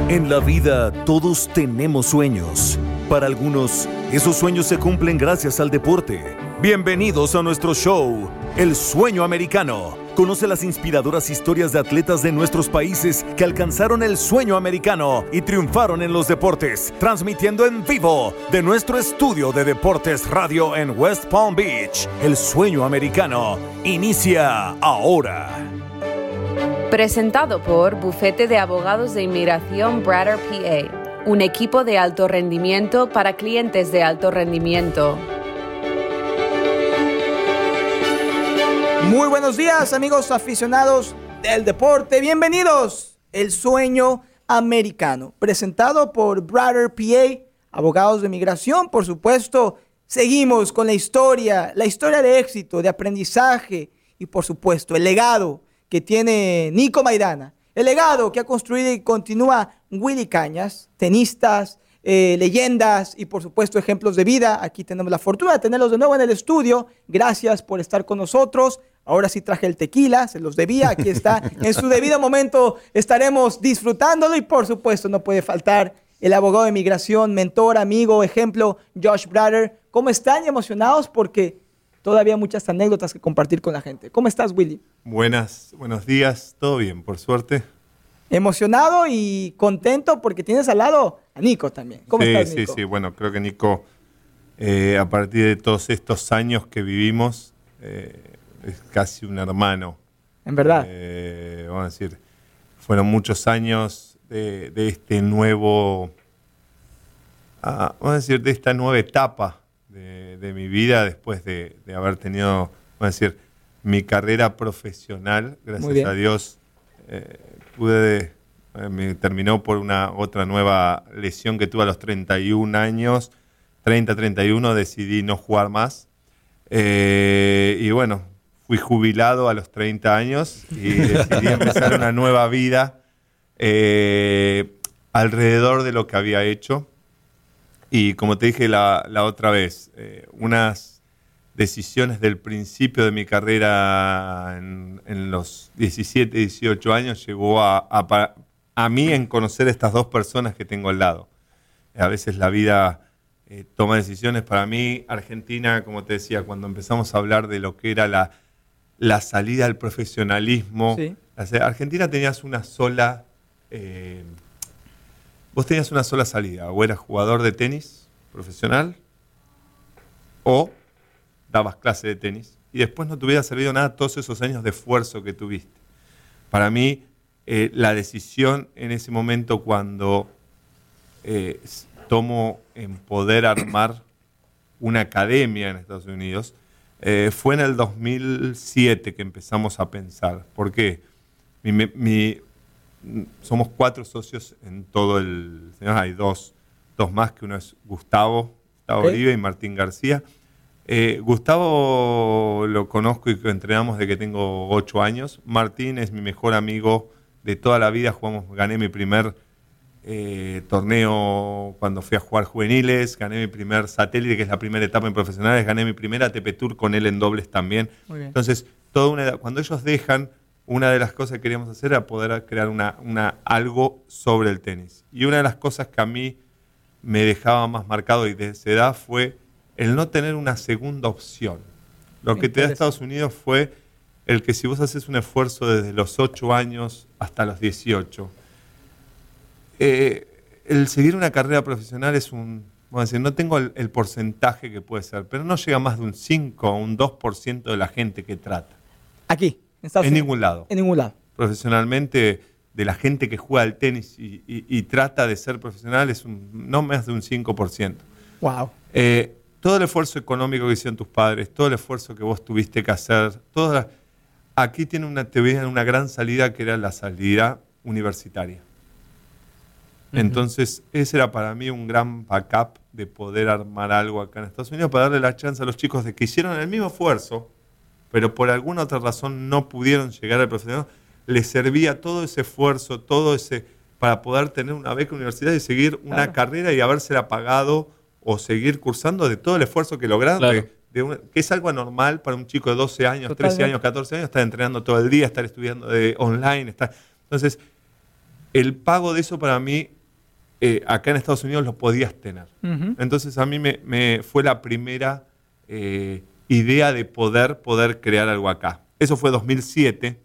En la vida todos tenemos sueños. Para algunos, esos sueños se cumplen gracias al deporte. Bienvenidos a nuestro show, El Sueño Americano. Conoce las inspiradoras historias de atletas de nuestros países que alcanzaron el sueño americano y triunfaron en los deportes, transmitiendo en vivo de nuestro estudio de Deportes Radio en West Palm Beach. El Sueño Americano inicia ahora. Presentado por Bufete de Abogados de Inmigración Brader PA, un equipo de alto rendimiento para clientes de alto rendimiento. Muy buenos días, amigos aficionados del deporte. Bienvenidos. El Sueño Americano, presentado por Brader PA, Abogados de Inmigración. Por supuesto, seguimos con la historia de éxito, de aprendizaje y, por supuesto, el legado que tiene Nico Maidana, el legado que ha construido y continúa Willy Cañas, tenistas, leyendas y por supuesto ejemplos de vida. Aquí tenemos la fortuna de tenerlos de nuevo en el estudio. Gracias por estar con nosotros. Ahora sí traje el tequila, se los debía, aquí está. En su debido momento estaremos disfrutándolo y por supuesto no puede faltar el abogado de inmigración, mentor, amigo, ejemplo, Josh Brader. ¿Cómo están? Emocionados porque todavía hay muchas anécdotas que compartir con la gente. ¿Cómo estás, Willy? Buenos días, todo bien, por suerte. Emocionado y contento porque tienes al lado a Nico también. ¿Cómo estás, Nico? Sí, bueno, creo que Nico, a partir de todos estos años que vivimos, es casi un hermano. En verdad. Vamos a decir, fueron muchos años de este nuevo, vamos a decir, de esta nueva etapa de mi vida después de haber tenido, vamos a decir, mi carrera profesional. Gracias a Dios me terminó por otra nueva lesión que tuve a los 31 años, 31, decidí no jugar más. Y bueno, fui jubilado a los 30 años y decidí empezar una nueva vida alrededor de lo que había hecho. Y como te dije la otra vez, unas decisiones del principio de mi carrera en los 17, 18 años llegó a mí en conocer a estas dos personas que tengo al lado. A veces la vida toma decisiones. Para mí, Argentina, como te decía, cuando empezamos a hablar de lo que era la salida al profesionalismo, sí. Argentina tenías una sola... vos tenías una sola salida, o eras jugador de tenis profesional o dabas clase de tenis y después no te hubiera servido nada todos esos años de esfuerzo que tuviste. Para mí, la decisión en ese momento cuando tomo en poder armar una academia en Estados Unidos, fue en el 2007 que empezamos a pensar. ¿Por qué? Somos 4 socios en todo el... Hay dos más, que uno es Gustavo Oliva y Martín García. Gustavo lo conozco y entrenamos desde que tengo 8 años. Martín es mi mejor amigo de toda la vida. Gané mi primer torneo cuando fui a jugar juveniles, gané mi primer satélite, que es la primera etapa en profesionales, gané mi primera ATP Tour con él en dobles también. Entonces, cuando ellos dejan... Una de las cosas que queríamos hacer era poder crear algo sobre el tenis. Y una de las cosas que a mí me dejaba más marcado y desde esa edad fue el no tener una segunda opción. Lo que te da Estados Unidos fue el que si vos haces un esfuerzo desde los 8 años hasta los 18, el seguir una carrera profesional es vamos a decir, no tengo el porcentaje que puede ser, pero no llega más de un 5 o un 2% de la gente que trata. Aquí. En ningún lado. En ningún lado. Profesionalmente, de la gente que juega al tenis y trata de ser profesional, es no más de un 5%. Wow. Todo el esfuerzo económico que hicieron tus padres, todo el esfuerzo que vos tuviste que hacer, aquí te viene una gran salida que era la salida universitaria. Uh-huh. Entonces, ese era para mí un gran backup de poder armar algo acá en Estados Unidos para darle la chance a los chicos de que hicieron el mismo esfuerzo, pero por alguna otra razón no pudieron llegar al profesional, les servía todo ese esfuerzo, para poder tener una beca universitaria y seguir una carrera y habérsela pagado o seguir cursando de todo el esfuerzo que lograron, que es algo anormal para un chico de 12 años, 13 años, 14 años, estar entrenando todo el día, estar estudiando online. Entonces, el pago de eso para mí acá en Estados Unidos lo podías tener. Ujú. Entonces a mí me fue la primera idea de poder crear algo acá. Eso fue 2007.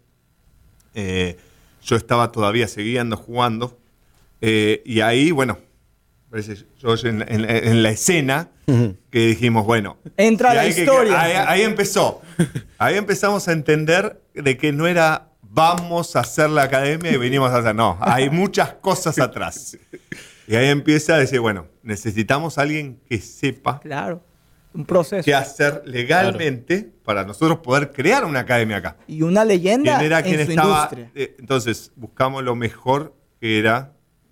Yo estaba todavía siguiendo jugando. Y ahí, bueno, parece yo en la escena que dijimos, bueno. Entra y la ahí historia. ahí empezó. Ahí empezamos a entender de que no era vamos a hacer la academia y venimos a hacer. No, hay muchas cosas atrás. Y ahí empieza a decir, bueno, necesitamos a alguien que sepa Claro, un proceso. qué hacer legalmente para nosotros poder crear una academia acá. Y una leyenda ¿Quién era en quien su estaba? industria. Entonces buscamos lo mejor que era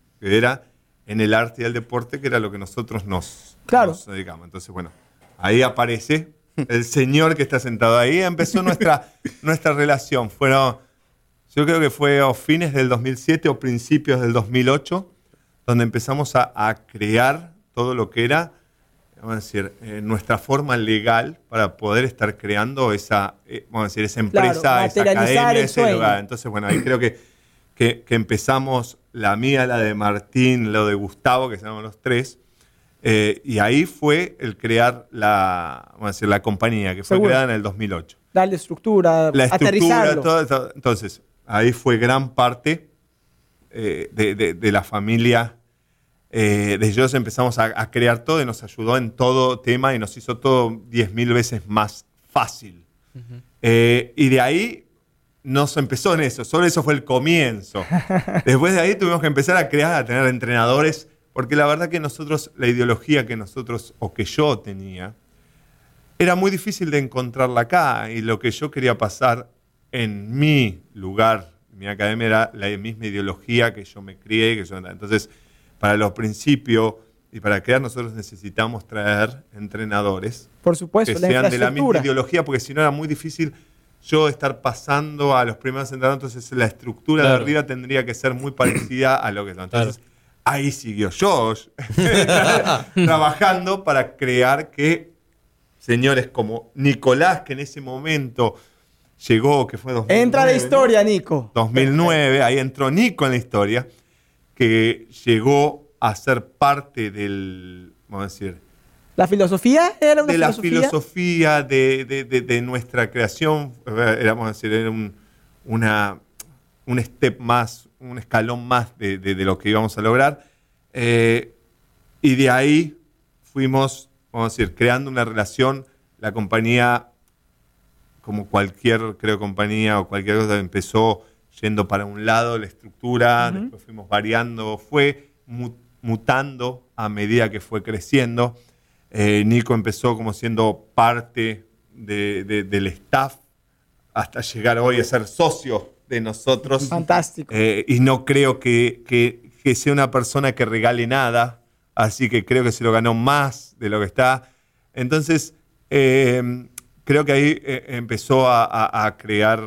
en el arte y el deporte, que era lo que nosotros nos dedicamos. Entonces, bueno, ahí aparece el señor que está sentado ahí. Empezó nuestra relación. Yo creo que fue a fines del 2007 o principios del 2008, donde empezamos a crear todo lo que era, vamos a decir, nuestra forma legal para poder estar creando esa empresa, esa academia, ese lugar. Entonces, bueno, ahí creo que empezamos la mía, la de Martín, lo de Gustavo, que somos los tres, y ahí fue el crear la compañía, que fue creada en el 2008. Darle estructura, aterrizarlo. Todo. Entonces, ahí fue gran parte de la familia de ellos. Empezamos a crear todo y nos ayudó en todo tema y nos hizo todo 10.000 veces más fácil. Y de ahí nos empezó en eso, solo eso fue el comienzo. Después de ahí tuvimos que empezar a crear, a tener entrenadores, porque la verdad que nosotros, la ideología que nosotros, o que yo tenía, era muy difícil de encontrarla acá, y lo que yo quería pasar en mi lugar, mi academia, era la misma ideología que yo me crié, entonces, para los principios y para crear, nosotros necesitamos traer entrenadores, por supuesto, que sean de la misma ideología, porque si no era muy difícil yo estar pasando a los primeros entrenadores. Entonces la estructura de arriba tendría que ser muy parecida a lo que son. Entonces ahí siguió Josh trabajando para crear que señores como Nicolás, que en ese momento llegó, que fue 2009. Entra la historia, Nico. 2009, ahí entró Nico en la historia, que llegó a ser parte del, vamos a decir, ¿la filosofía era una de filosofía? la filosofía de nuestra creación? Era un step más, un escalón más de lo que íbamos a lograr. Y de ahí fuimos, vamos a decir, creando una relación. La compañía, como cualquier, compañía o cualquier cosa, empezó yendo para un lado la estructura, después fuimos variando, fue mutando a medida que fue creciendo. Nico empezó como siendo parte del staff hasta llegar hoy a ser socio de nosotros. Fantástico. Y no creo que sea una persona que regale nada, así que creo que se lo ganó más de lo que está. Entonces, creo que ahí empezó a crear,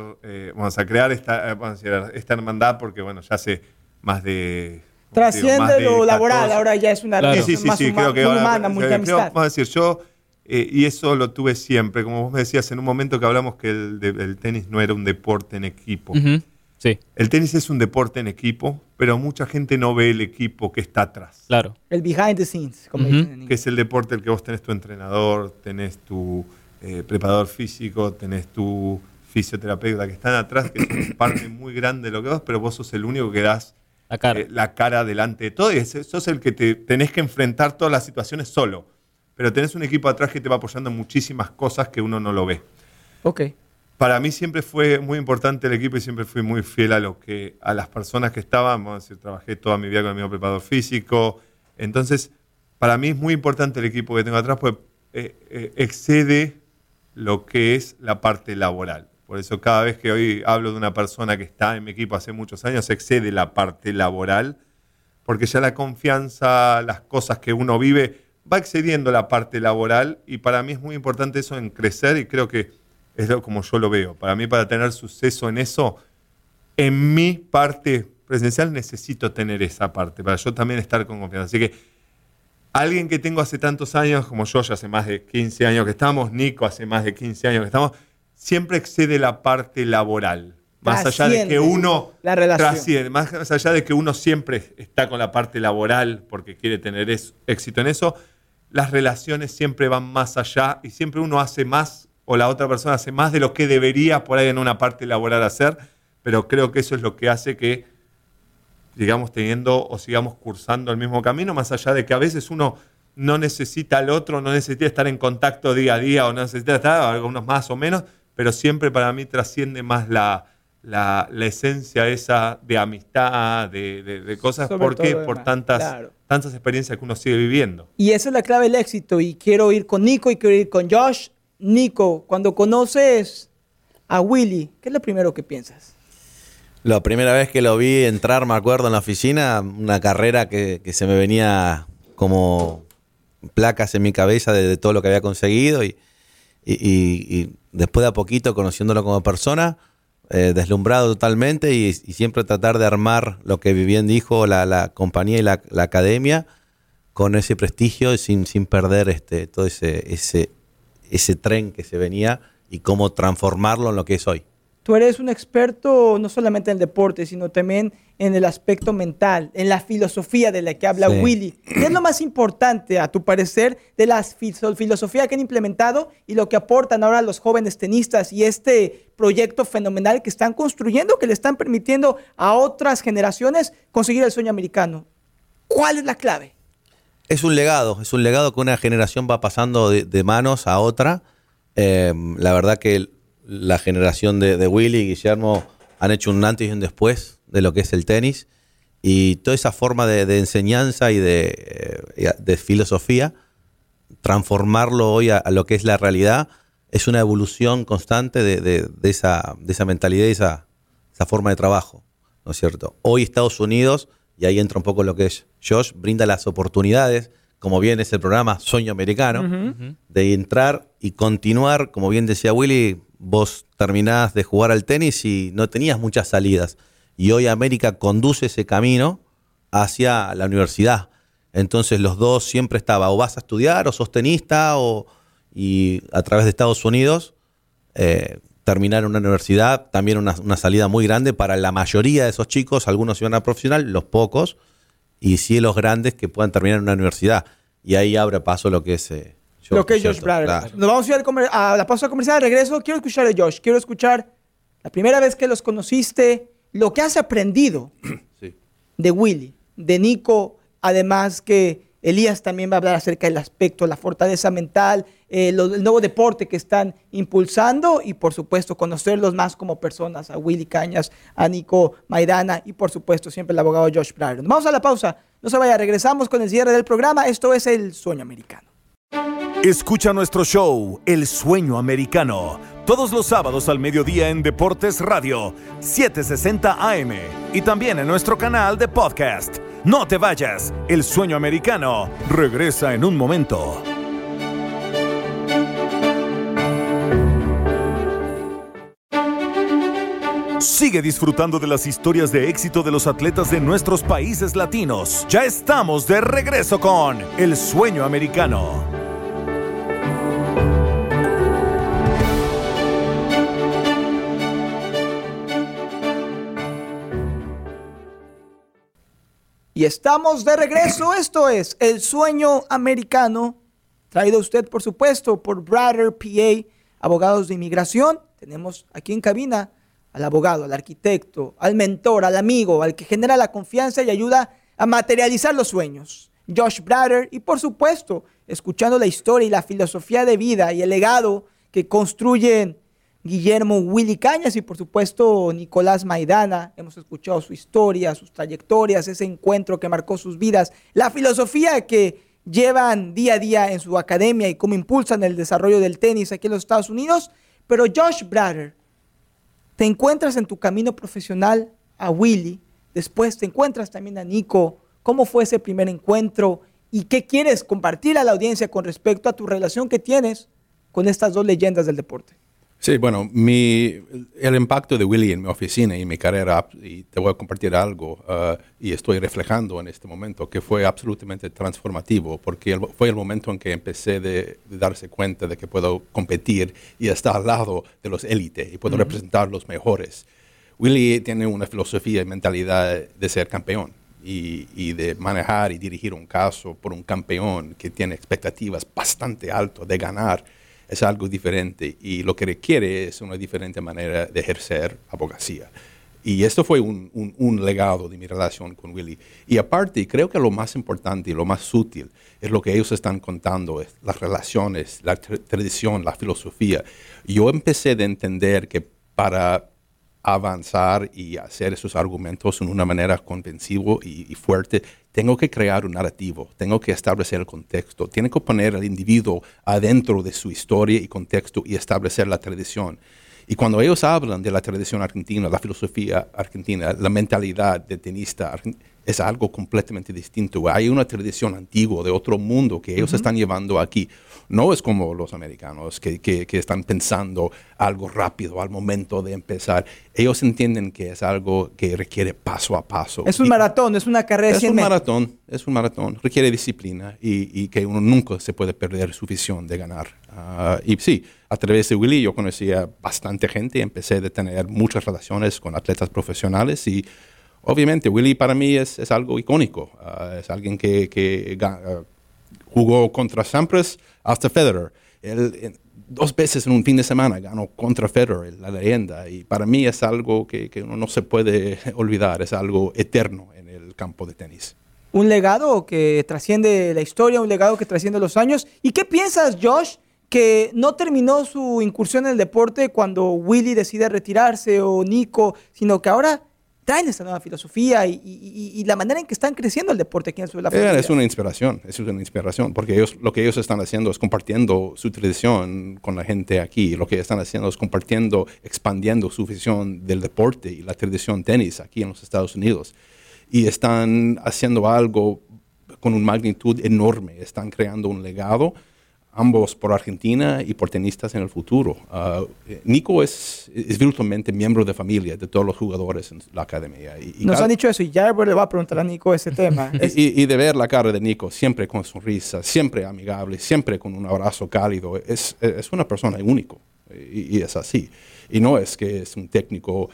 esta hermandad, porque bueno, ya hace más de... Trasciende lo laboral, ahora ya es una relación más humana, muy de amistad. Vamos a decir, yo, y eso lo tuve siempre, como vos me decías en un momento que hablamos que el tenis no era un deporte en equipo. Sí. El tenis es un deporte en equipo, pero mucha gente no ve el equipo que está atrás. Claro. El behind the scenes, como dicen. Que es el deporte en el que vos tenés tu entrenador, tenés tu preparador físico, tenés tu fisioterapeuta, que están atrás, que son parte muy grande de lo que vos, pero vos sos el único que das la cara delante de todo, y sos el que te tenés que enfrentar todas las situaciones solo. Pero tenés un equipo atrás que te va apoyando en muchísimas cosas que uno no lo ve. Ok. Para mí siempre fue muy importante el equipo y siempre fui muy fiel a las personas que estaban. Vamos a decir, trabajé toda mi vida con el mismo preparador físico. Entonces, para mí es muy importante el equipo que tengo atrás, porque excede lo que es la parte laboral. Por eso cada vez que hoy hablo de una persona que está en mi equipo hace muchos años, excede la parte laboral, porque ya la confianza, las cosas que uno vive, va excediendo la parte laboral, y para mí es muy importante eso en crecer, y creo que es como yo lo veo. Para mí, para tener suceso en eso, en mi parte presencial necesito tener esa parte, para yo también estar con confianza. Así que alguien que tengo hace tantos años, como yo, ya hace más de 15 años que estamos, Nico hace más de 15 años que estamos, siempre excede la parte laboral. Más allá de que uno la relación. trasciende, más allá de que uno siempre está con la parte laboral porque quiere tener éxito en eso, las relaciones siempre van más allá y siempre uno hace más o la otra persona hace más de lo que debería por ahí en una parte laboral hacer, pero creo que eso es lo que hace que sigamos teniendo o sigamos cursando el mismo camino, más allá de que a veces uno no necesita al otro, no necesita estar en contacto día a día o no necesita estar, algunos más o menos, pero siempre para mí trasciende más la esencia esa de amistad, de cosas. Sobre ¿Por qué? todo, Por además, claro. tantas experiencias que uno sigue viviendo. Y esa es la clave del éxito. Y quiero ir con Nico y quiero ir con Josh. Nico, cuando conoces a Willy, ¿qué es lo primero que piensas? La primera vez que lo vi entrar, me acuerdo, en la oficina, una carrera que se me venía como placas en mi cabeza de todo lo que había conseguido y después de a poquito, conociéndolo como persona, deslumbrado totalmente y siempre tratar de armar lo que bien dijo la compañía y la academia con ese prestigio y sin perder todo ese tren que se venía y cómo transformarlo en lo que es hoy. Tú eres un experto no solamente en el deporte, sino también en el aspecto mental, en la filosofía de la que habla Willy. ¿Qué es lo más importante, a tu parecer, de la filosofía que han implementado y lo que aportan ahora los jóvenes tenistas y este proyecto fenomenal que están construyendo, que le están permitiendo a otras generaciones conseguir el sueño americano? ¿Cuál es la clave? Es un legado que una generación va pasando de manos a otra. La verdad que la generación de Willy y Guillermo han hecho un antes y un después de lo que es el tenis y toda esa forma de enseñanza y de filosofía, transformarlo hoy a lo que es la realidad, es una evolución constante de esa mentalidad y esa forma de trabajo, ¿no es cierto? Hoy Estados Unidos, y ahí entra un poco lo que es Josh, brinda las oportunidades, como bien es el programa Sueño Americano, de entrar y continuar, como bien decía Willy, vos terminás de jugar al tenis y no tenías muchas salidas. Y hoy América conduce ese camino hacia la universidad. Entonces los dos siempre estaba, o vas a estudiar, o sos tenista, y a través de Estados Unidos terminar en una universidad, también una salida muy grande para la mayoría de esos chicos. Algunos iban a profesional, los pocos, y sí los grandes que puedan terminar en una universidad. Y ahí abre paso lo que es Josh Brader. Claro. Nos vamos a ir a la pausa comercial. De regreso, quiero escuchar a Josh. Quiero escuchar la primera vez que los conociste, lo que has aprendido de Willy, de Nico, además que Elías también va a hablar acerca del aspecto, la fortaleza mental, el nuevo deporte que están impulsando y, por supuesto, conocerlos más como personas, a Willy Cañas, a Nico Maidana y, por supuesto, siempre el abogado Josh Brader. Vamos a la pausa. No se vaya, regresamos con el cierre del programa. Esto es El Sueño Americano. Escucha nuestro show, El Sueño Americano, todos los sábados al mediodía en Deportes Radio, 760 AM, y también en nuestro canal de podcast. No te vayas, El Sueño Americano regresa en un momento. Sigue disfrutando de las historias de éxito de los atletas de nuestros países latinos. Ya estamos de regreso con El Sueño Americano. Y estamos de regreso. Esto es El Sueño Americano, traído a usted, por supuesto, por Brader PA, abogados de inmigración. Tenemos aquí en cabina al abogado, al arquitecto, al mentor, al amigo, al que genera la confianza y ayuda a materializar los sueños, Josh Brader. Y, por supuesto, escuchando la historia y la filosofía de vida y el legado que construyen Guillermo Willy Cañas y, por supuesto, Nicolás Maidana. Hemos escuchado su historia, sus trayectorias, ese encuentro que marcó sus vidas, la filosofía que llevan día a día en su academia y cómo impulsan el desarrollo del tenis aquí en los Estados Unidos. Pero Josh Brader, te encuentras en tu camino profesional a Willy, después te encuentras también a Nico. ¿Cómo fue ese primer encuentro? ¿Y qué quieres compartir a la audiencia con respecto a tu relación que tienes con estas dos leyendas del deporte? Sí, bueno, el impacto de Willy en mi oficina y mi carrera, y te voy a compartir algo, y estoy reflejando en este momento, que fue absolutamente transformativo, porque fue el momento en que empecé de darse cuenta de que puedo competir y estar al lado de los élites y puedo representar los mejores. Willie tiene una filosofía y mentalidad de ser campeón y de manejar y dirigir un caso por un campeón que tiene expectativas bastante altas de ganar. Es algo diferente y lo que requiere es una diferente manera de ejercer abogacía. Y esto fue un legado de mi relación con Willie. Y aparte, creo que lo más importante y lo más útil es lo que ellos están contando, es las relaciones, la tradición, la filosofía. Yo empecé a entender que para avanzar y hacer esos argumentos en una manera convincida y fuerte, tengo que crear un narrativo, tengo que establecer el contexto, tengo que poner al individuo adentro de su historia y contexto y establecer la tradición. Y cuando ellos hablan de la tradición argentina, la filosofía argentina, la mentalidad de tenista, es algo completamente distinto. Hay una tradición antigua de otro mundo que ellos están llevando aquí. No es como los americanos que están pensando algo rápido al momento de empezar. Ellos entienden que es algo que requiere paso a paso. Es un maratón, es una carrera de 100 metros. Es un maratón, requiere disciplina y que uno nunca se puede perder su visión de ganar. Y sí, a través de Willie yo conocía bastante gente, empecé a tener muchas relaciones con atletas profesionales y obviamente Willie para mí es algo icónico. Es alguien que jugó contra Sampras hasta Federer. Él 2 veces en un fin de semana ganó contra Federer, la leyenda. Y para mí es algo que uno no se puede olvidar, es algo eterno en el campo de tenis. Un legado que trasciende la historia, un legado que trasciende los años. ¿Y qué piensas, Josh, que no terminó su incursión en el deporte cuando Willie decide retirarse o Nico, sino que ahora traen esta nueva filosofía y la manera en que están creciendo el deporte aquí en la Florida? Es una inspiración, porque lo que ellos están haciendo es compartiendo su tradición con la gente aquí. Lo que están haciendo es compartiendo, expandiendo su visión del deporte y la tradición tenis aquí en los Estados Unidos. Y están haciendo algo con una magnitud enorme. Están creando un legado, ambos por Argentina y por tenistas en el futuro. Nico es virtualmente miembro de familia de todos los jugadores en la academia. Nos han dicho eso y ya le va a preguntar a Nico ese tema. Y de ver la cara de Nico, siempre con sonrisa, siempre amigable, siempre con un abrazo cálido, es una persona única y es así. Y no es que es un técnico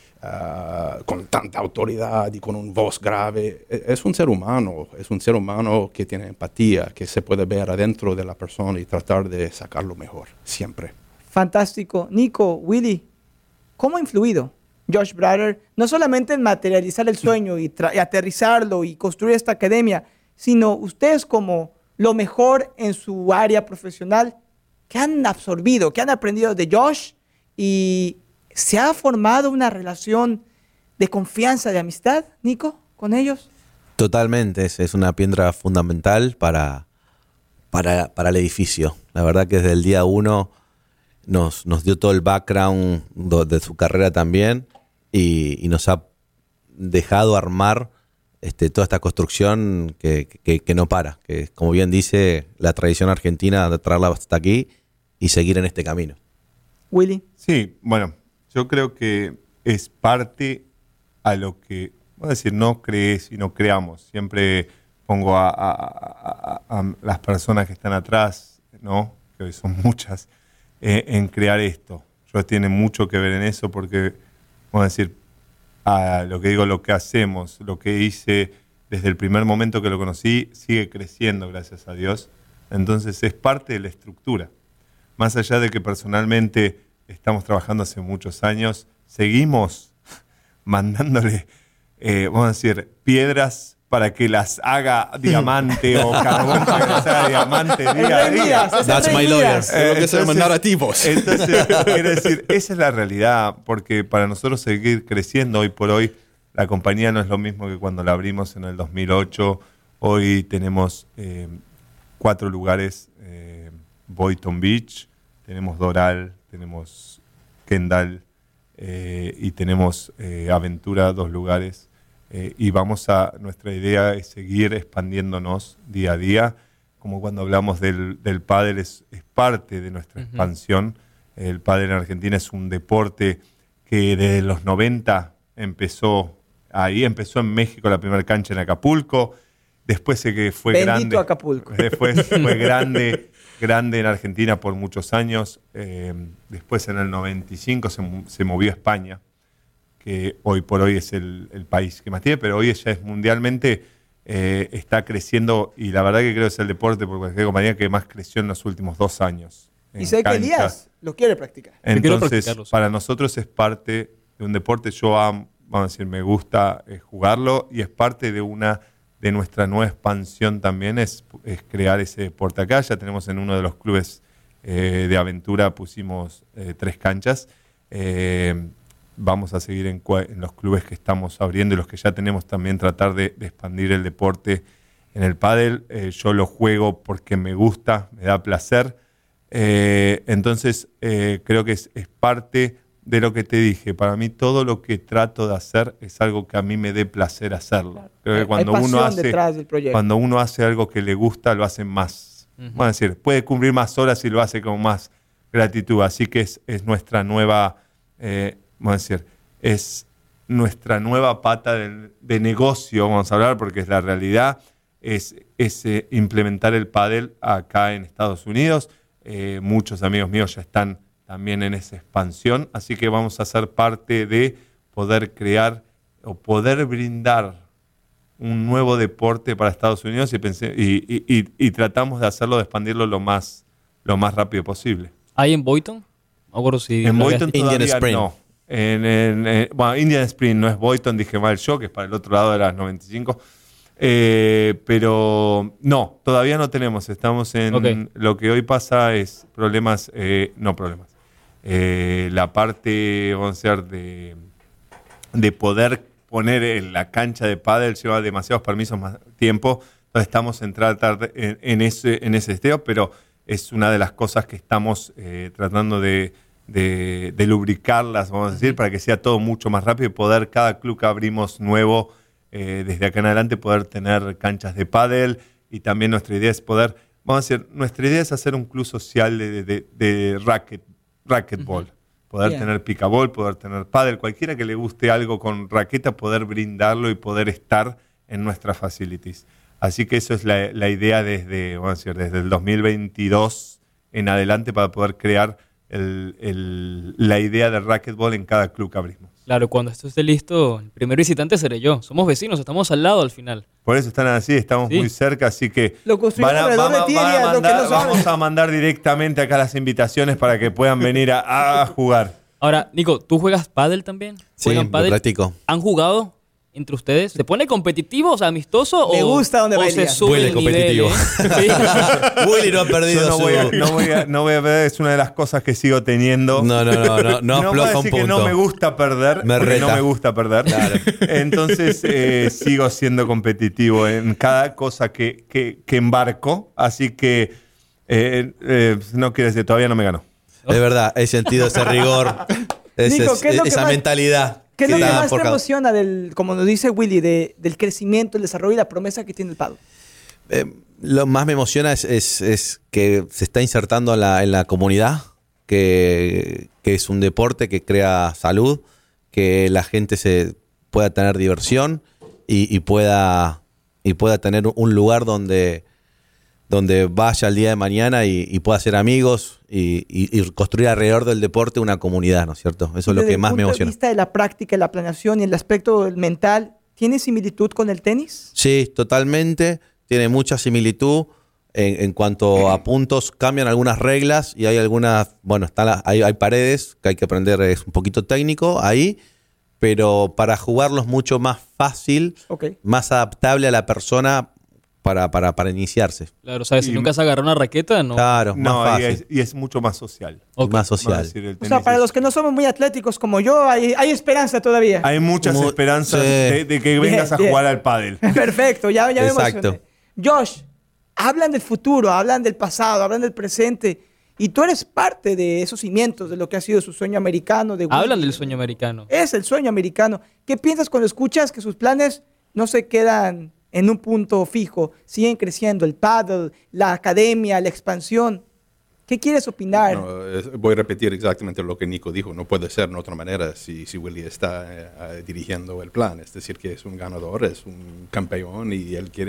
con tanta autoridad y con una voz grave. Es un ser humano que tiene empatía, que se puede ver adentro de la persona y tratar de sacarlo mejor, siempre. Fantástico. Nico, Willie, ¿cómo ha influido Josh Brader no solamente en materializar el sueño y aterrizarlo y construir esta academia, sino ustedes como lo mejor en su área profesional, que han absorbido, que han aprendido de Josh y ¿se ha formado una relación de confianza, de amistad, Nico, con ellos? Totalmente, es una piedra fundamental para el edificio. La verdad que desde el día 1 nos dio todo el background de su carrera también y nos ha dejado armar toda esta construcción que no para, que como bien dice la tradición argentina de traerla hasta aquí y seguir en este camino. Willie. Sí, bueno, yo creo que es parte a lo que, vamos a decir, no crees y no creamos. Siempre pongo a las personas que están atrás, ¿no? Que hoy son muchas, en crear esto. Yo tiene mucho que ver en eso porque, vamos a decir, lo que digo, lo que hacemos, lo que hice desde el primer momento que lo conocí, sigue creciendo, gracias a Dios. Entonces es parte de la estructura. Más allá de que personalmente estamos trabajando hace muchos años, seguimos mandándole, vamos a decir, piedras para que las haga diamante o carbón para que las haga diamante día a día. That's my lawyer. Lo que se llaman narrativos. Entonces, quiero decir, esa es la realidad, porque para nosotros seguir creciendo hoy por hoy, la compañía no es lo mismo que cuando la abrimos en el 2008. Hoy tenemos 4 lugares, Boynton Beach, tenemos Doral, tenemos Kendall y tenemos Aventura, 2 lugares. Y nuestra idea es seguir expandiéndonos día a día. Como cuando hablamos del pádel, es parte de nuestra expansión. El pádel en Argentina es un deporte que desde los 90 empezó en México, la primera cancha en Acapulco. Después que fue Bendito grande. Acapulco. Después fue grande en Argentina por muchos años. Después en el 95 se movió a España, que hoy por hoy es el país que más tiene, pero hoy ya es mundialmente, está creciendo, y la verdad que creo que es el deporte por cualquier compañía que más creció en los últimos 2 años. Y sé que Elías lo quiere practicar. Entonces, para nosotros es parte de un deporte. Yo, vamos a decir, me gusta jugarlo, y es parte de nuestra nueva expansión también, es crear ese deporte acá. Ya tenemos en uno de los clubes de aventura, pusimos 3 canchas. Vamos a seguir en los clubes que estamos abriendo y los que ya tenemos también, tratar de expandir el deporte en el pádel. Yo lo juego porque me gusta, me da placer. Entonces creo que es parte de lo que te dije. Para mí todo lo que trato de hacer es algo que a mí me dé placer hacerlo. Claro. Creo que cuando uno hace algo que le gusta, lo hace más. Vamos a decir, puede cumplir más horas y lo hace con más gratitud. Así que es nuestra nueva, vamos a decir, es nuestra nueva pata de negocio, vamos a hablar, porque es la realidad, es implementar el pádel acá en Estados Unidos. Muchos amigos míos ya están también en esa expansión, así que vamos a ser parte de poder crear o poder brindar un nuevo deporte para Estados Unidos, y tratamos de hacerlo, de expandirlo lo más rápido posible. ¿Hay en Boynton? En Boynton todavía Indian Spring. no. Bueno, Indian Spring no es Boynton, dije mal yo, que es para el otro lado de las 95. Pero no, todavía no tenemos. Estamos en lo que hoy pasa es problemas, la parte, vamos a decir, de poder poner en la cancha de pádel lleva demasiados permisos, más tiempo. Entonces estamos en tratar en ese esteo, pero es una de las cosas que estamos tratando de lubricarlas, vamos a decir, para que sea todo mucho más rápido y poder, cada club que abrimos nuevo, desde acá en adelante, poder tener canchas de pádel. Y también nuestra idea es poder, vamos a decir, nuestra idea es hacer un club social de racquetball. Poder tener pickleball, poder tener pádel, cualquiera que le guste algo con raqueta, poder brindarlo y poder estar en nuestras facilities. Así que eso es la idea desde el 2022 en adelante, para poder crear la idea de racquetball en cada club que abrimos. Claro, cuando esto esté listo, el primer visitante seré yo. Somos vecinos, estamos al lado al final. Por eso están así, estamos muy cerca, así que vamos a mandar directamente acá las invitaciones para que puedan venir a jugar. Ahora, Nico, ¿tú juegas pádel también? Sí, practico. ¿Han jugado entre ustedes? ¿Se pone competitivo, o sea, amistoso? Me gusta donde va se sube el competitivo. Willy no ha perdido no voy a perder, es una de las cosas que sigo teniendo. No afloja un punto. Que no me gusta perder, no me gusta perder. Claro. Entonces sigo siendo competitivo en cada cosa que embarco, así que no quiero decir, todavía no me ganó. Es verdad, he sentido ese rigor, esa mentalidad. ¿Qué es lo que más te emociona, como nos dice Willy, del crecimiento, el desarrollo y la promesa que tiene el pádel? Lo más me emociona es que se está insertando en la comunidad, que es un deporte que crea salud, que la gente se pueda tener diversión y pueda tener un lugar donde vaya el día de mañana y pueda hacer amigos y construir alrededor del deporte una comunidad, ¿no es cierto? Eso es lo que más me emociona. Desde el punto de vista de la práctica, la planeación y el aspecto mental, ¿tiene similitud con el tenis? Sí, totalmente. Tiene mucha similitud en cuanto a puntos. Cambian algunas reglas y hay algunas, hay paredes que hay que aprender, es un poquito técnico ahí, pero para jugarlo es mucho más fácil, más adaptable a la persona para iniciarse. Claro, ¿sabes? Si nunca se agarró una raqueta, no. Claro, más fácil. Y es mucho más social. Más social. O sea, para los que no somos muy atléticos como yo, hay esperanza todavía. Hay muchas esperanzas de que vengas a jugar al pádel. Perfecto, ya me emocioné. Josh, hablan del futuro, hablan del pasado, hablan del presente. Y tú eres parte de esos cimientos de lo que ha sido su sueño americano. Hablan del sueño americano. Es el sueño americano. ¿Qué piensas cuando escuchas que sus planes no se quedan en un punto fijo, siguen creciendo el pádel, la academia, la expansión? ¿Qué quieres opinar? Voy a repetir exactamente lo que Nico dijo. No puede ser de otra manera si Willy está dirigiendo el plan. Es decir, que es un ganador, es un campeón y él quiere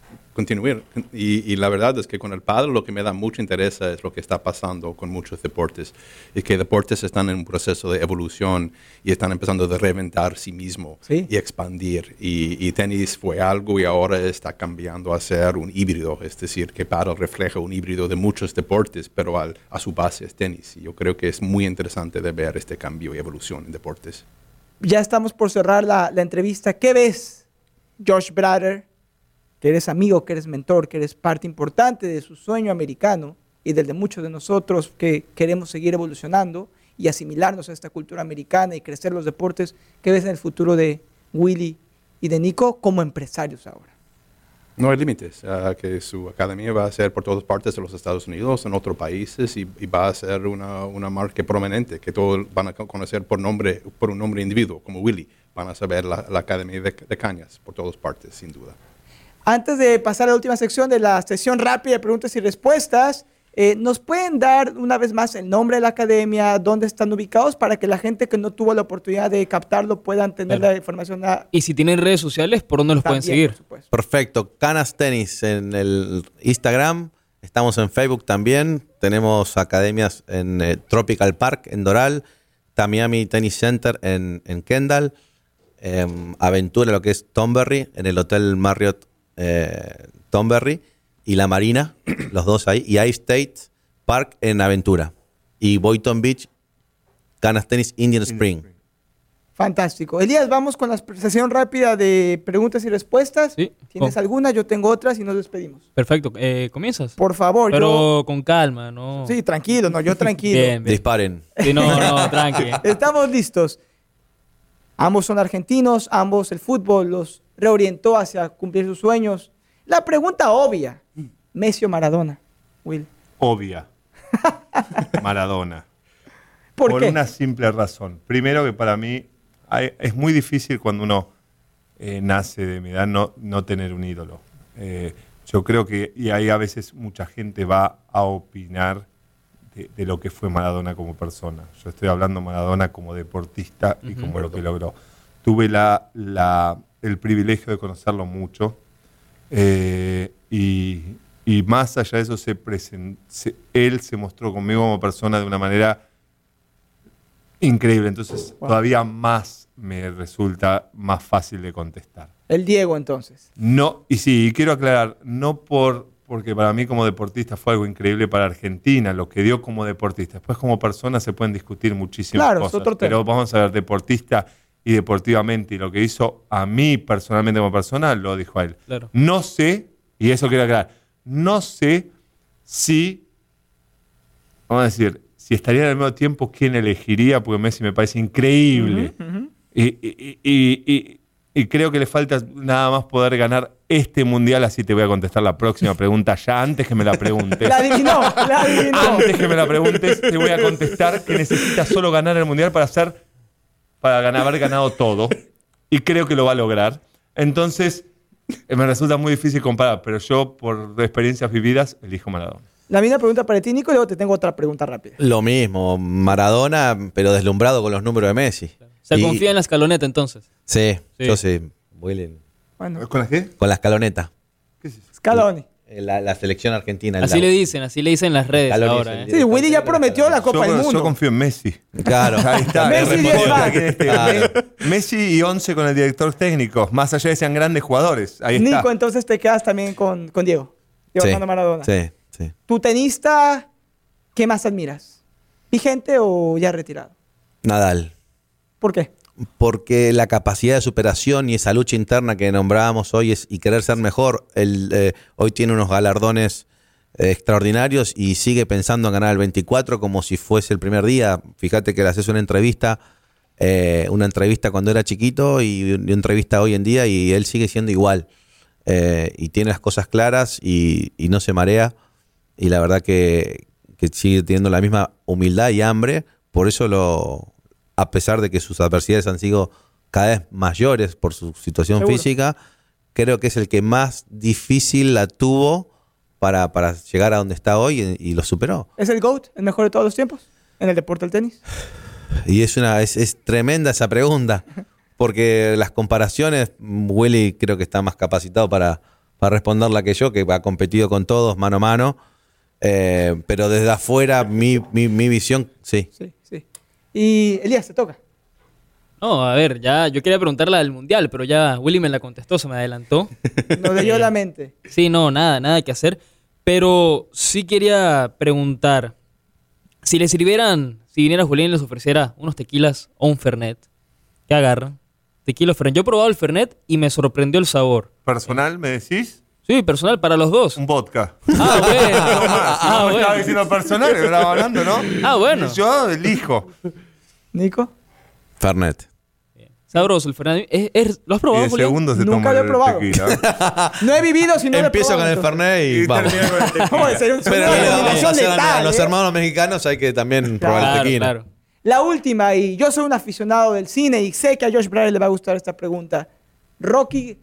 continuar. Y la verdad es que con el pádel lo que me da mucho interés es lo que está pasando con muchos deportes. Y que deportes están en un proceso de evolución y están empezando a reinventar sí mismo y expandir. Y tenis fue algo y ahora está cambiando a ser un híbrido. Es decir, que pádel refleja un híbrido de muchos deportes, pero a su base es tenis. Y yo creo que es muy interesante de ver este cambio y evolución en deportes. Ya estamos por cerrar la entrevista. ¿Qué ves, Josh Bratter, que eres amigo, que eres mentor, que eres parte importante de su sueño americano y del de muchos de nosotros que queremos seguir evolucionando y asimilarnos a esta cultura americana y crecer los deportes? ¿Qué ves en el futuro de Willy y de Nico como empresarios ahora? No hay límites, que su academia va a ser por todas partes de los Estados Unidos, en otros países, y va a ser una marca prominente que todos van a conocer por un nombre individuo, como Willy. Van a saber la academia de Cañas por todas partes, sin duda. Antes de pasar a la última sección de la sesión rápida de preguntas y respuestas, ¿nos pueden dar una vez más el nombre de la academia, dónde están ubicados, para que la gente que no tuvo la oportunidad de captarlo puedan tener la información? Y si tienen redes sociales, ¿por dónde los pueden seguir? Perfecto. Canas Tenis en el Instagram. Estamos en Facebook también. Tenemos academias en Tropical Park, en Doral. Miami Tennis Center en Kendall. Aventura, lo que es Thornberry, en el Hotel Marriott Thornberry. Y La Marina, los dos ahí. Y I-State Park en Aventura. Y Boynton Beach, Canas Tenis Indian Spring. Fantástico. Elías, vamos con la sesión rápida de preguntas y respuestas. Sí. ¿Tienes alguna? Yo tengo otras y nos despedimos. Perfecto. ¿Comienzas? Por favor. Pero con calma, ¿no? Sí, tranquilo. No, yo tranquilo. Bien. Disparen. Sí, no, tranqui. Estamos listos. Ambos son argentinos, ambos el fútbol los reorientó hacia cumplir sus sueños. La pregunta obvia, ¿Messi o Maradona, Will? Obvia. Maradona. ¿Por qué? Una simple razón. Primero, que para mí es muy difícil cuando uno nace de mi edad no tener un ídolo. Yo creo que, y ahí a veces mucha gente va a opinar de lo que fue Maradona como persona. Yo estoy hablando de Maradona como deportista y como lo que logró. Tuve el privilegio de conocerlo mucho. Y más allá de eso, él se mostró conmigo como persona de una manera increíble. Entonces, todavía más me resulta más fácil de contestar. El Diego, entonces. No, y sí, quiero aclarar, no porque para mí como deportista fue algo increíble para Argentina, lo que dio como deportista. Después como persona se pueden discutir muchísimas cosas. Es otro tema. Pero vamos a ver, deportista y deportivamente, y lo que hizo a mí personalmente como persona, lo dijo a él. Claro. No sé, y eso quiero aclarar, no sé si, vamos a decir, si estaría al mismo tiempo, ¿quién elegiría? Porque Messi me parece increíble. Y creo que le falta nada más poder ganar este mundial, así te voy a contestar la próxima pregunta ya, antes que me la preguntes. La adivinó. Antes que me la preguntes, te voy a contestar que necesita solo ganar el mundial para haber ganado todo, y creo que lo va a lograr. Entonces, me resulta muy difícil comparar, pero yo, por experiencias vividas, elijo Maradona. La misma pregunta para ti, Nico, y luego te tengo otra pregunta rápida. Lo mismo, Maradona, pero deslumbrado con los números de Messi. Se confía en la escaloneta, entonces. Sí, yo sí. Willy. Bueno, ¿Con la qué? Con la escaloneta. ¿Qué es eso? Scaloni. La selección argentina. Así le dicen las redes Scaloni ahora. es el Sí, Willy ya prometió la Copa del Mundo. Yo confío en Messi. Claro. Ahí está. Messi, Claro. Messi y 11 con el director técnico, más allá de que sean grandes jugadores. Ahí está. Nico, entonces te quedas también con Diego. Diego Armando Maradona. Sí. ¿Tu tenista qué más admiras? ¿Vigente o ya retirado? Nadal. ¿Por qué? Porque la capacidad de superación y esa lucha interna que nombrábamos hoy y querer ser mejor, hoy tiene unos galardones extraordinarios y sigue pensando en ganar el 24 como si fuese el primer día. Fíjate que le haces una entrevista cuando era chiquito y una entrevista hoy en día y él sigue siendo igual. Y tiene las cosas claras y no se marea. Y la verdad que sigue teniendo la misma humildad y hambre. Por eso a pesar de que sus adversidades han sido cada vez mayores por su situación Seguro. física, creo que es el que más difícil la tuvo para llegar a donde está hoy y lo superó. ¿Es el GOAT, el mejor de todos los tiempos en el deporte del tenis? Y es tremenda esa pregunta, porque las comparaciones, Willy creo que está más capacitado para responderla que yo, que ha competido con todos mano a mano. Pero desde afuera, mi visión, sí. Sí. Y Elías, te toca. No, a ver, ya yo quería preguntarla del Mundial, pero ya Willy me la contestó, se me adelantó. Nos leyó la mente. Sí, no, nada que hacer. Pero sí quería preguntar, si viniera Julián y les ofreciera unos tequilas o un Fernet, ¿qué agarran? Tequila o Fernet. Yo he probado el Fernet y me sorprendió el sabor. ¿Personal me decís? Sí, personal, para los dos. Un vodka. Ah, bueno. No me estaba diciendo personal, me estaba hablando, ¿no? Ah, bueno. Yo elijo. Nico. Fernet. Sabroso el Fernet. ¿Lo has Y probado, de Julián? segundo se Nunca toma lo he el probado. tequila. No he vivido si no lo he Empiezo probado, con el entonces. Fernet y vamos. termina con el tequila. ¿Cómo sería un Pero una combinación a letal, los ¿eh? hermanos mexicanos hay que también probar el Claro, tequila. claro. La última, y yo soy un aficionado del cine y sé que a Josh Brother le va a gustar esta pregunta. Rocky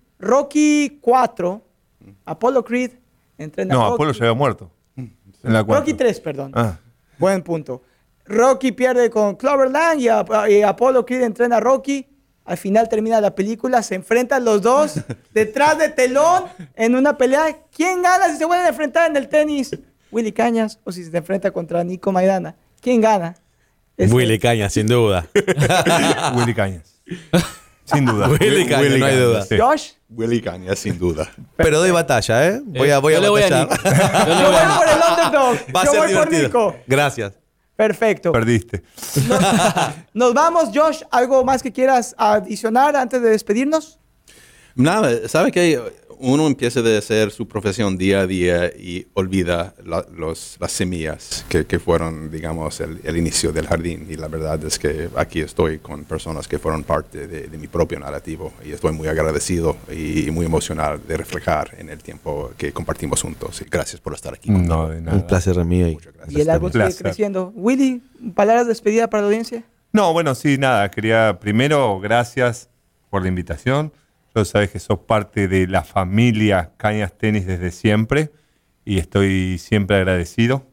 4, Apollo Creed entrena a No, Rocky. Apolo ya había muerto. En la cuarta. Rocky 3, perdón. Ah. Buen punto. Rocky pierde con Cloverland y Apollo Creed entrena a Rocky. Al final termina la película, se enfrentan los dos detrás de telón en una pelea. ¿Quién gana si se vuelven a enfrentar en el tenis? ¿Willy Cañas o si se enfrenta contra Nico Maidana? ¿Quién gana? Willy Cañas, sin duda. Willy Cañas. Sin duda. Willy Cañas, no hay duda. sí. Josh. Willy Cañas, sin duda. Pero doy batalla, ¿eh? Voy a Yo le voy a batallar. Nico. Yo le Yo voy a voy por el underdog. Va a Yo ser voy por divertido. Nico. Gracias. Perfecto. Perdiste. Nos vamos, Josh. ¿Algo más que quieras adicionar antes de despedirnos? Nada, ¿sabe qué? Uno empieza a hacer su profesión día a día y olvida las semillas que fueron, digamos, el inicio del jardín. Y la verdad es que aquí estoy con personas que fueron parte de mi propio narrativo y estoy muy agradecido y muy emocional de reflejar en el tiempo que compartimos juntos. Y gracias por estar aquí conmigo. No, de nada. Un placer mío. Muchas gracias. Y el árbol sigue placer. creciendo. Willy, palabras de despedida para la audiencia. No, bueno, sí, nada. Quería primero, gracias por la invitación. Yo sabes que sos parte de la familia Cañas Tenis desde siempre y estoy siempre agradecido.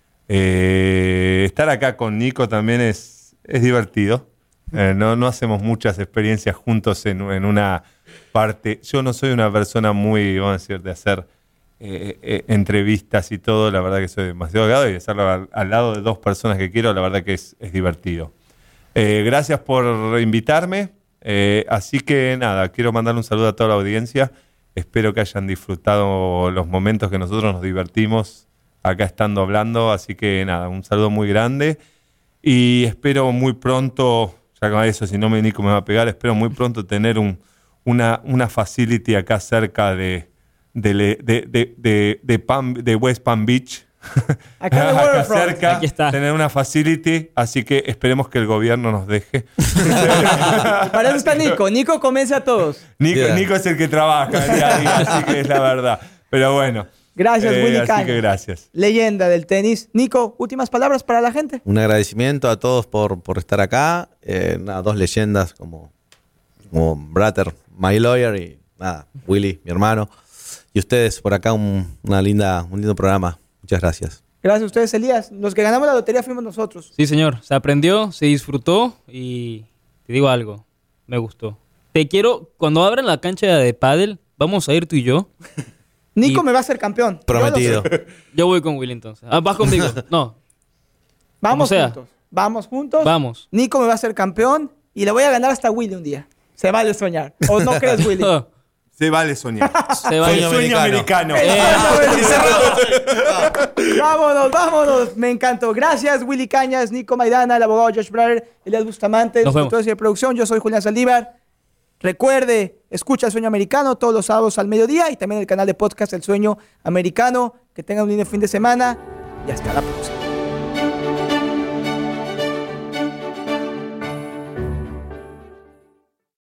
Estar acá con Nico también es divertido. No hacemos muchas experiencias juntos en una parte. Yo no soy una persona muy, vamos a decir, de hacer entrevistas y todo. La verdad que soy demasiado agradable y hacerlo al lado de dos personas que quiero, la verdad que es divertido. Gracias por invitarme. Así que nada, quiero mandarle un saludo a toda la audiencia. Espero que hayan disfrutado los momentos que nosotros nos divertimos acá estando hablando. Así que nada, un saludo muy grande. Y espero muy pronto, ya con eso, si no Nico me va a pegar, espero muy pronto tener una facility acá cerca de West Palm Beach. Acá de Waterfront. cerca, Aquí está. tener una facility, así que esperemos que el gobierno nos deje. Para eso está Nico. Nico convence a todos. Nico es el que trabaja el día a día, así que es la verdad. Pero bueno. Gracias, Willy Así Cañas. que gracias. Leyenda del tenis. Nico, últimas palabras para la gente. Un agradecimiento a todos por estar acá. Nada, dos leyendas como Bratter, my lawyer, y nada, Willy, mi hermano. Y ustedes por acá, un lindo programa. Muchas gracias. Gracias a ustedes, Elías. Los que ganamos la lotería fuimos nosotros. Sí, señor. Se aprendió, se disfrutó y te digo algo. Me gustó. Te quiero, cuando abran la cancha de pádel, vamos a ir tú y yo. Nico Y- me va a ser campeón. Prometido. Yo lo sé. Yo voy con Willy entonces. Ah, vas conmigo. No, Vamos sea. juntos. Vamos juntos. vamos. Nico me va a ser campeón y le voy a ganar hasta a Willy un día. Se vale soñar. ¿O no crees, Willy? Se vale soñar. Se va. Sueño americano. Vámonos. Me encantó. Gracias, Willy Cañas, Nico Maidana, el abogado Josh Brother, Elías Bustamante, Nos los vemos. productores de producción. Yo soy Julián Saldívar. Recuerde, escucha El Sueño Americano todos los sábados al mediodía y también el canal de podcast El Sueño Americano. Que tengan un lindo fin de semana y hasta la próxima.